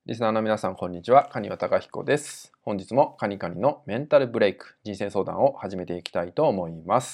リスナーの皆さん、こんにちは。蟹場貴彦です。本日もカニカニのメンタルブレイク、人生相談を始めていきたいと思います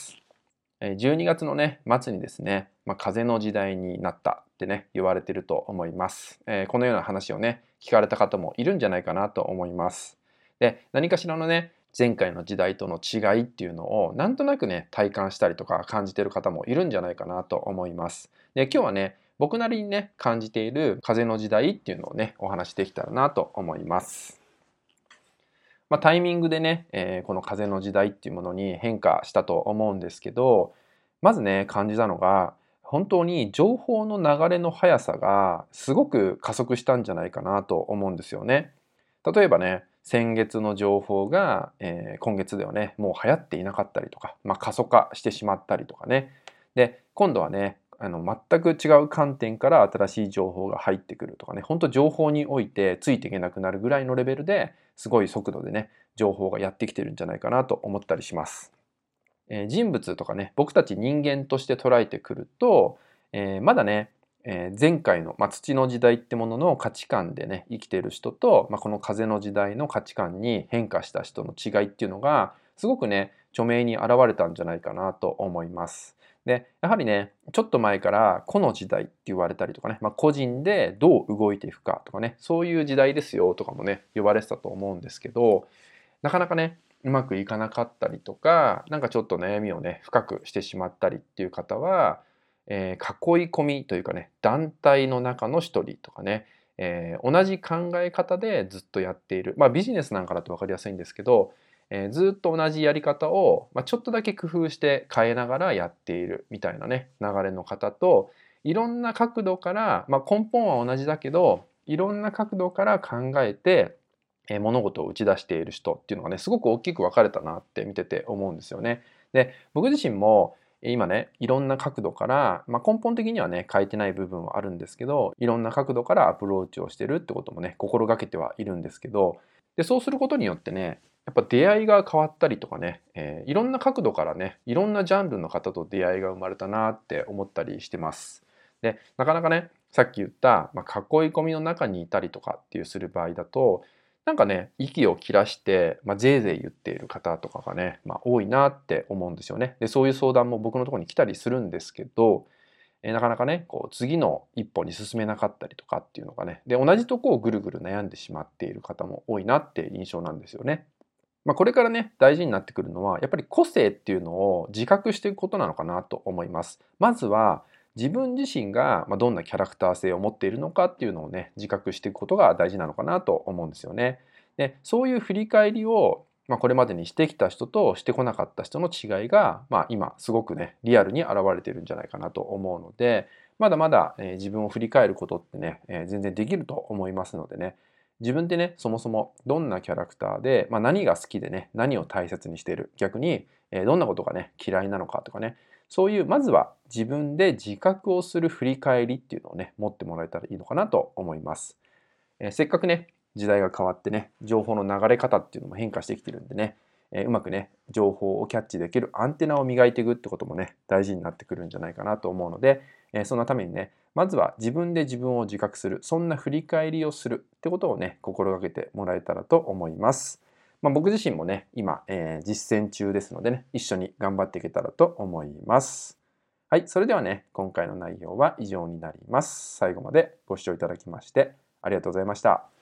。12月のね、末にですね、風の時代になったってね、言われてると思います。このような話をね、聞かれた方もいるんじゃないかなと思います。で、何かしらのね、前回の時代との違いっていうのをなんとなくね、体感したりとか感じてる方もいるんじゃないかなと思います。で、今日はね、僕なりにね、感じている風の時代っていうのをね、お話しできたらなと思います。タイミングでね、この風の時代っていうものに変化したと思うんですけど、まずね、感じたのが、本当に情報の流れの速さがすごく加速したんじゃないかなと思うんですよね。例えばね、先月の情報が、今月ではね、もう流行っていなかったりとか、過疎化してしまったりとかね。で、今度はね、全く違う観点から新しい情報が入ってくるとかね、本当情報においてついていけなくなるぐらいのレベルですごい速度でね、情報がやってきてるんじゃないかなと思ったりします。人物とかね、僕たち人間として捉えてくると、まだね、前回の、土の時代ってものの価値観でね、生きている人と、この風の時代の価値観に変化した人の違いっていうのが、すごくね、著名に現れたんじゃないかなと思います。で、やはりね、ちょっと前から個の時代って言われたりとかね、個人でどう動いていくかとかね、そういう時代ですよとかもね、言われてたと思うんですけど、なかなかね、うまくいかなかったりとか、なんかちょっと悩みをね、深くしてしまったりっていう方は、囲い込みというかね、団体の中の一人とかね、同じ考え方でずっとやっている。ビジネスなんかだと分かりやすいんですけど、ずっと同じやり方を、ちょっとだけ工夫して変えながらやっているみたいなね、流れの方と、いろんな角度から、根本は同じだけど、いろんな角度から考えて、物事を打ち出している人っていうのがね、すごく大きく分かれたなって見てて思うんですよね。で、僕自身も今ね、いろんな角度から、根本的にはね、変えてない部分はあるんですけど、いろんな角度からアプローチをしてるってこともね、心がけてはいるんですけど、で、そうすることによってね、やっぱ出会いが変わったりとかね、いろんな角度からね、いろんなジャンルの方と出会いが生まれたなって思ったりしてます。で、なかなかね、さっき言った、囲い込みの中にいたりとかっていうする場合だと、なんかね、息を切らして、ぜいぜい言っている方とかがね、多いなって思うんですよね。で、そういう相談も僕のところに来たりするんですけど、なかなかね、こう次の一歩に進めなかったりとかっていうのがね、で、同じとこをぐるぐる悩んでしまっている方も多いなって印象なんですよね。これからね、大事になってくるのは、やっぱり個性っていうのを自覚していくことなのかなと思います。まずは、自分自身がどんなキャラクター性を持っているのかっていうのをね、自覚していくことが大事なのかなと思うんですよね。で、そういう振り返りを、これまでにしてきた人としてこなかった人の違いが、今すごくね、リアルに現れているんじゃないかなと思うので、まだまだ、自分を振り返ることってね、全然できると思いますのでね、自分でね、そもそもどんなキャラクターで、何が好きでね、何を大切にしている、逆に、どんなことがね、嫌いなのかとかね、そういう、まずは自分で自覚をする振り返りっていうのをね、持ってもらえたらいいのかなと思います。せっかくね、時代が変わってね、情報の流れ方っていうのも変化してきてるんでね、うまくね、情報をキャッチできるアンテナを磨いていくってこともね、大事になってくるんじゃないかなと思うので、そのためにね、まずは自分で自分を自覚する、そんな振り返りをするってことをね、心がけてもらえたらと思います。僕自身もね、今、実践中ですのでね、一緒に頑張っていけたらと思います。はい、それではね、今回の内容は以上になります。最後までご視聴いただきましてありがとうございました。